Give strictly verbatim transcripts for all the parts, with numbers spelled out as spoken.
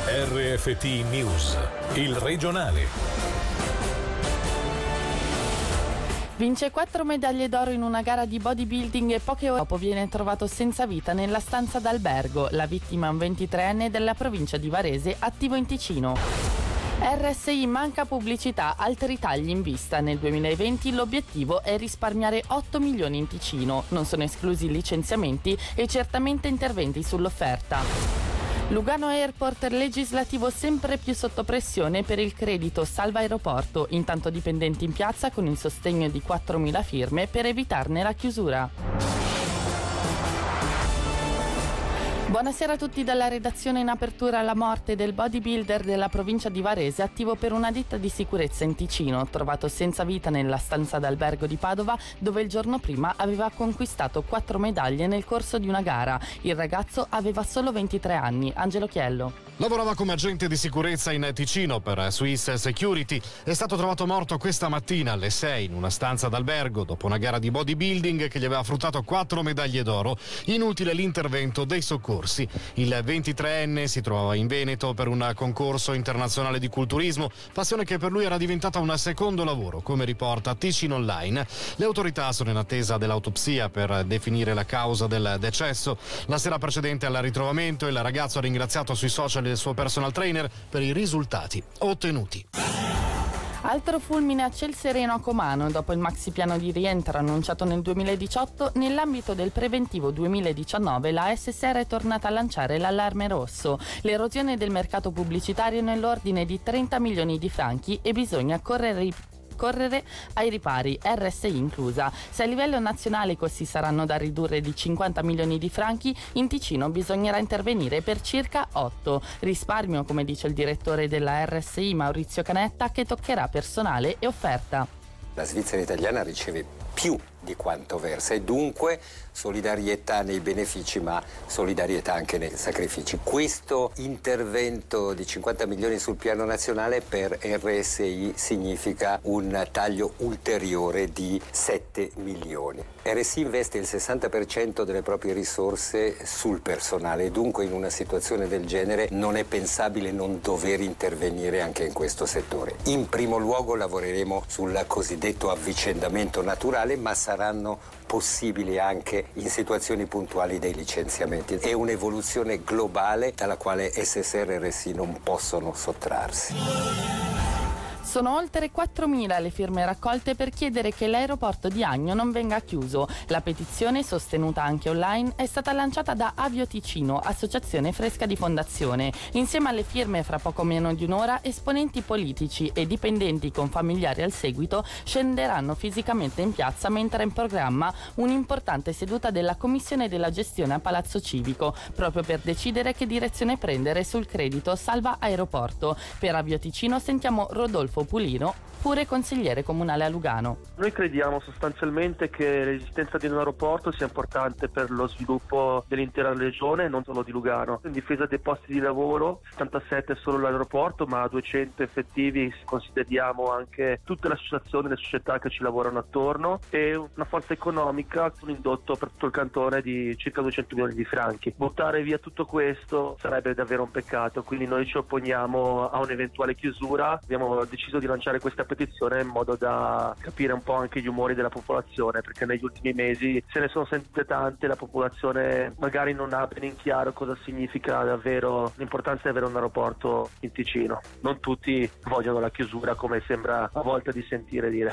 R F T News, il regionale. Vince quattro medaglie d'oro in una gara di bodybuilding e poche ore dopo viene trovato senza vita nella stanza d'albergo. La vittima è un ventitreenne della provincia di Varese, attivo in Ticino. R S I manca pubblicità, altri tagli in vista. Nel duemilaventi l'obiettivo è risparmiare otto milioni in Ticino. Non sono esclusi licenziamenti e certamente interventi sull'offerta. Lugano Airport, legislativo sempre più sotto pressione per il credito salva aeroporto, intanto dipendenti in piazza con il sostegno di quattromila firme per evitarne la chiusura. Buonasera a tutti dalla redazione. In apertura la morte del bodybuilder della provincia di Varese, attivo per una ditta di sicurezza in Ticino, trovato senza vita nella stanza d'albergo di Padova, dove il giorno prima aveva conquistato quattro medaglie nel corso di una gara. Il ragazzo aveva solo ventitré anni. Angelo Chiello. Lavorava come agente di sicurezza in Ticino per Swiss Security. È stato trovato morto questa mattina alle sei in una stanza d'albergo dopo una gara di bodybuilding che gli aveva fruttato quattro medaglie d'oro. Inutile l'intervento dei soccorsi. Il ventitreenne si trovava in Veneto per un concorso internazionale di culturismo, passione che per lui era diventata un secondo lavoro, come riporta Ticino Online. Le autorità sono in attesa dell'autopsia per definire la causa del decesso. La sera precedente al ritrovamento il ragazzo ha ringraziato sui social il suo personal trainer per i risultati ottenuti. Altro fulmine a ciel sereno a Comano. Dopo il maxi piano di rientro annunciato nel duemiladiciotto, nell'ambito del preventivo duemiladiciannove la A S S R è tornata a lanciare l'allarme rosso. L'erosione del mercato pubblicitario è nell'ordine di trenta milioni di franchi e bisogna correre correre ai ripari, R S I inclusa. Se a livello nazionale i costi saranno da ridurre di cinquanta milioni di franchi, in Ticino bisognerà intervenire per circa otto. Risparmio, come dice il direttore della R S I Maurizio Canetta, che toccherà personale e offerta. La Svizzera italiana riceve più di quanto versa e dunque solidarietà nei benefici ma solidarietà anche nei sacrifici. Questo intervento di cinquanta milioni sul piano nazionale per R S I significa un taglio ulteriore di sette milioni. R S I investe il sessanta per cento delle proprie risorse sul personale e dunque in una situazione del genere non è pensabile non dover intervenire anche in questo settore. In primo luogo lavoreremo sul cosiddetto avvicendamento naturale, ma saranno possibili anche in situazioni puntuali dei licenziamenti. È un'evoluzione globale dalla quale S S R e R S I non possono sottrarsi. Sono oltre quattromila le firme raccolte per chiedere che l'aeroporto di Agno non venga chiuso. La petizione, sostenuta anche online, è stata lanciata da Avio Ticino, associazione fresca di fondazione. Insieme alle firme, fra poco meno di un'ora, esponenti politici e dipendenti con familiari al seguito scenderanno fisicamente in piazza mentre è in programma un'importante seduta della Commissione della gestione a Palazzo Civico, proprio per decidere che direzione prendere sul credito salva aeroporto. Per Avio Ticino sentiamo Rodolfo Pulino, pure consigliere comunale a Lugano. Noi crediamo sostanzialmente che l'esistenza di un aeroporto sia importante per lo sviluppo dell'intera regione e non solo di Lugano. In difesa dei posti di lavoro, settantasette è solo l'aeroporto, ma duecento effettivi se consideriamo anche tutte le associazioni e le società che ci lavorano attorno, e una forza economica, un indotto per tutto il cantone di circa duecento milioni di franchi. Buttare via tutto questo sarebbe davvero un peccato, quindi noi ci opponiamo a un'eventuale chiusura. Abbiamo deciso di lanciare questa petizione in modo da capire un po' anche gli umori della popolazione, perché negli ultimi mesi se ne sono sentite tante, la popolazione magari non ha ben in chiaro cosa significa davvero l'importanza di avere un aeroporto in Ticino. Non tutti vogliono la chiusura, come sembra a volte di sentire dire.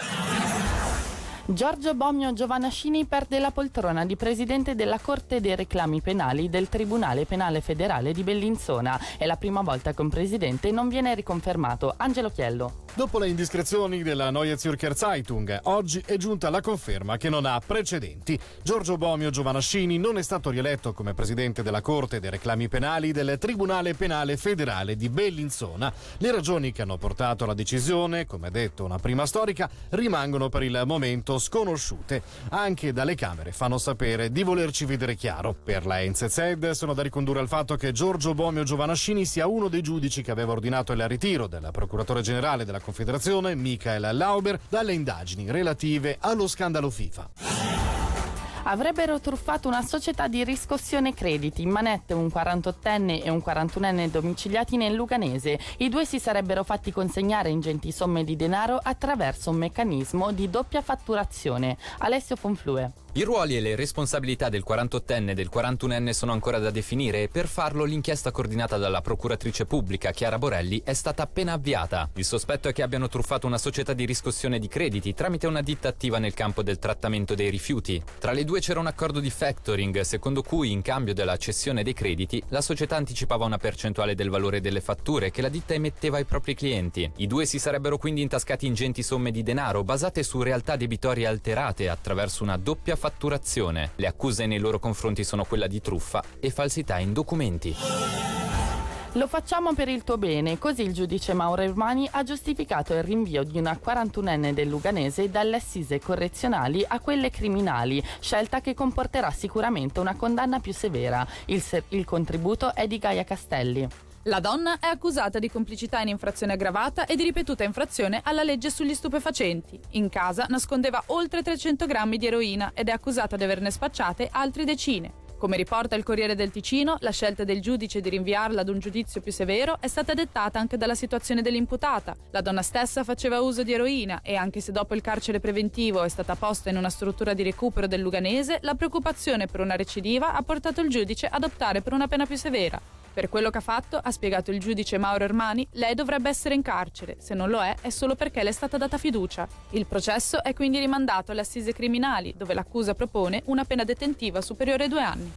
Giorgio Bomio Giovanascini perde la poltrona di presidente della Corte dei Reclami Penali del Tribunale Penale Federale di Bellinzona. È la prima volta che un presidente non viene riconfermato. Angelo Chiello. Dopo le indiscrezioni della Neue Zürcher Zeitung, oggi è giunta la conferma che non ha precedenti. Giorgio Bomio Giovanascini non è stato rieletto come presidente della Corte dei Reclami Penali del Tribunale Penale Federale di Bellinzona. Le ragioni che hanno portato alla decisione, come ha detto una prima storica, rimangono per il momento sconosciute. Anche dalle Camere fanno sapere di volerci vedere chiaro. Per la N Z Z sono da ricondurre al fatto che Giorgio Bomio Giovanascini sia uno dei giudici che aveva ordinato il ritiro del procuratore generale della Confederazione, Michael Lauber, dalle indagini relative allo scandalo FIFA. Avrebbero truffato una società di riscossione crediti, in manette un quarantottenne e un quarantunenne domiciliati nel Luganese. I due si sarebbero fatti consegnare ingenti somme di denaro attraverso un meccanismo di doppia fatturazione. Alessio Fonflue. I ruoli e le responsabilità del quarantottenne e del quarantunenne sono ancora da definire e per farlo l'inchiesta coordinata dalla procuratrice pubblica Chiara Borelli è stata appena avviata. Il sospetto è che abbiano truffato una società di riscossione di crediti tramite una ditta attiva nel campo del trattamento dei rifiuti. Tra le due c'era un accordo di factoring, secondo cui in cambio della cessione dei crediti la società anticipava una percentuale del valore delle fatture che la ditta emetteva ai propri clienti. I due si sarebbero quindi intascati ingenti somme di denaro basate su realtà debitorie alterate attraverso una doppia fatturazione. fatturazione. Le accuse nei loro confronti sono quella di truffa e falsità in documenti. Lo facciamo per il tuo bene, così il giudice Mauro Ermani ha giustificato il rinvio di una quarantunenne del Luganese dalle assise correzionali a quelle criminali, scelta che comporterà sicuramente una condanna più severa. Il, ser- il contributo è di Gaia Castelli. La donna è accusata di complicità in infrazione aggravata e di ripetuta infrazione alla legge sugli stupefacenti. In casa nascondeva oltre trecento grammi di eroina ed è accusata di averne spacciate altri decine. Come riporta il Corriere del Ticino, la scelta del giudice di rinviarla ad un giudizio più severo è stata dettata anche dalla situazione dell'imputata. La donna stessa faceva uso di eroina e anche se dopo il carcere preventivo è stata posta in una struttura di recupero del Luganese, la preoccupazione per una recidiva ha portato il giudice ad optare per una pena più severa. Per quello che ha fatto, ha spiegato il giudice Mauro Ermani, lei dovrebbe essere in carcere. Se non lo è, è solo perché le è stata data fiducia. Il processo è quindi rimandato alle assise criminali, dove l'accusa propone una pena detentiva superiore ai due anni.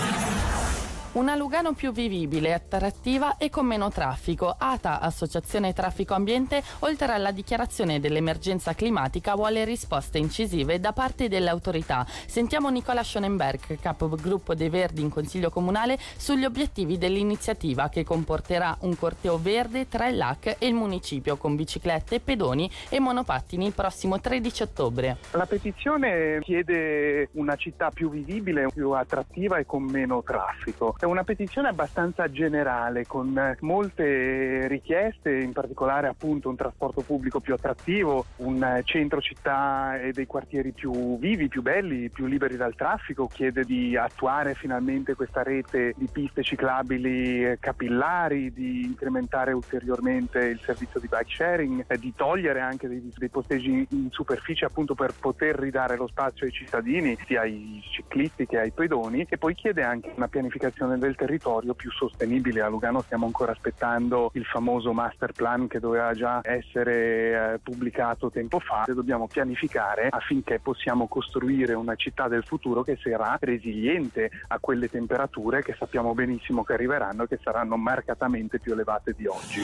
Una Lugano più vivibile, attrattiva e con meno traffico. A T A, Associazione Traffico Ambiente, oltre alla dichiarazione dell'emergenza climatica, vuole risposte incisive da parte delle autorità. Sentiamo Nicola Schonenberg, capogruppo dei Verdi in Consiglio Comunale, sugli obiettivi dell'iniziativa che comporterà un corteo verde tra il L A C e il municipio con biciclette, pedoni e monopattini il prossimo tredici ottobre. La petizione chiede una città più vivibile, più attrattiva e con meno traffico. È una petizione abbastanza generale, con molte richieste, in particolare appunto un trasporto pubblico più attrattivo, un centro città e dei quartieri più vivi, più belli, più liberi dal traffico. Chiede di attuare finalmente questa rete di piste ciclabili capillari, di incrementare ulteriormente il servizio di bike sharing, di togliere anche dei, dei posteggi in superficie appunto per poter ridare lo spazio ai cittadini, sia ai ciclisti che ai pedoni, e poi chiede anche una pianificazione del territorio più sostenibile. A Lugano stiamo ancora aspettando il famoso master plan che doveva già essere eh, pubblicato tempo fa. Dobbiamo pianificare affinché possiamo costruire una città del futuro che sarà resiliente a quelle temperature che sappiamo benissimo che arriveranno e che saranno marcatamente più elevate di oggi.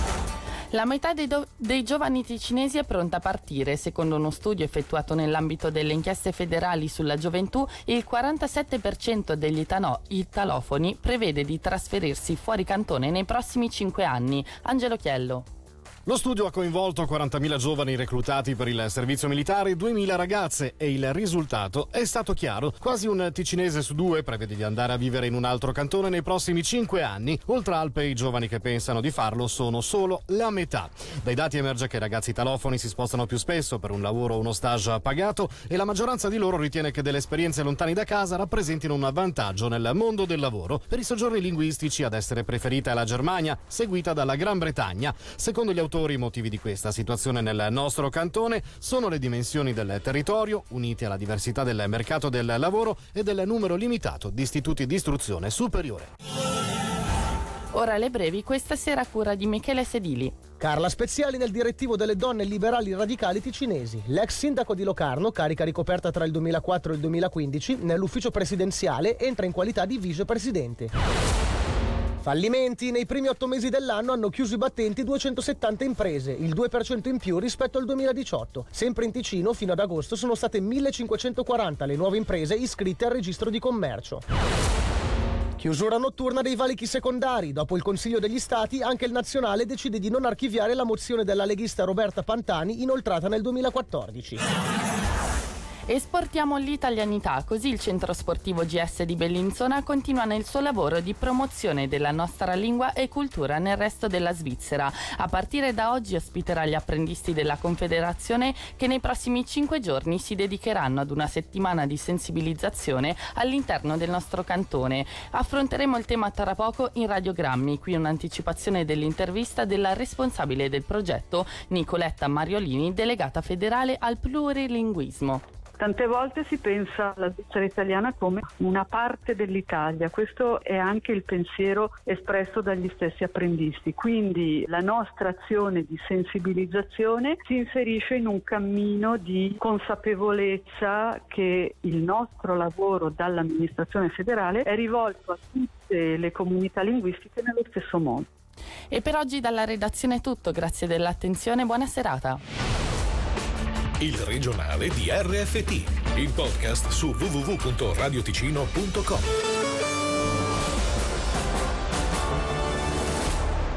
La metà dei, do- dei giovani ticinesi è pronta a partire. Secondo uno studio effettuato nell'ambito delle inchieste federali sulla gioventù, il quarantasette per cento degli itano- italofoni prevede di trasferirsi fuori cantone nei prossimi cinque anni. Angelo Chiello. Lo studio ha coinvolto quarantamila giovani reclutati per il servizio militare e duemila ragazze e il risultato è stato chiaro. Quasi un ticinese su due prevede di andare a vivere in un altro cantone nei prossimi cinque anni. Oltre Alpe, i giovani che pensano di farlo sono solo la metà. Dai dati emerge che i ragazzi italofoni si spostano più spesso per un lavoro o uno stage pagato e la maggioranza di loro ritiene che delle esperienze lontane da casa rappresentino un vantaggio nel mondo del lavoro. Per i soggiorni linguistici ad essere preferita è la Germania, seguita dalla Gran Bretagna. Secondo gli autori, I motivi di questa situazione nel nostro cantone sono le dimensioni del territorio, unite alla diversità del mercato del lavoro e del numero limitato di istituti di istruzione superiore. Ora le brevi, questa sera a cura di Michele Sedili. Carla Speziali nel direttivo delle donne liberali radicali ticinesi. L'ex sindaco di Locarno, carica ricoperta tra il duemilaquattro e il duemilaquindici, nell'ufficio presidenziale entra in qualità di vicepresidente. Fallimenti. Nei primi otto mesi dell'anno hanno chiuso i battenti duecentosettanta imprese, il due per cento in più rispetto al duemiladiciotto. Sempre in Ticino, fino ad agosto, sono state millecinquecentoquaranta le nuove imprese iscritte al registro di commercio. Chiusura notturna dei valichi secondari. Dopo il Consiglio degli Stati, anche il Nazionale decide di non archiviare la mozione della leghista Roberta Pantani inoltrata nel duemilaquattordici. Esportiamo l'italianità, così il centro sportivo G S di Bellinzona continua nel suo lavoro di promozione della nostra lingua e cultura nel resto della Svizzera. A partire da oggi ospiterà gli apprendisti della Confederazione che nei prossimi cinque giorni si dedicheranno ad una settimana di sensibilizzazione all'interno del nostro cantone. Affronteremo il tema tra poco in Radiogrammi, qui un'anticipazione dell'intervista della responsabile del progetto Nicoletta Mariolini, delegata federale al plurilinguismo. Tante volte si pensa alla Svizzera italiana come una parte dell'Italia, questo è anche il pensiero espresso dagli stessi apprendisti, quindi la nostra azione di sensibilizzazione si inserisce in un cammino di consapevolezza che il nostro lavoro dall'amministrazione federale è rivolto a tutte le comunità linguistiche nello stesso modo. E per oggi dalla redazione è tutto, grazie dell'attenzione, buona serata. Il regionale di R F T, il podcast su w w w punto radioticino punto com.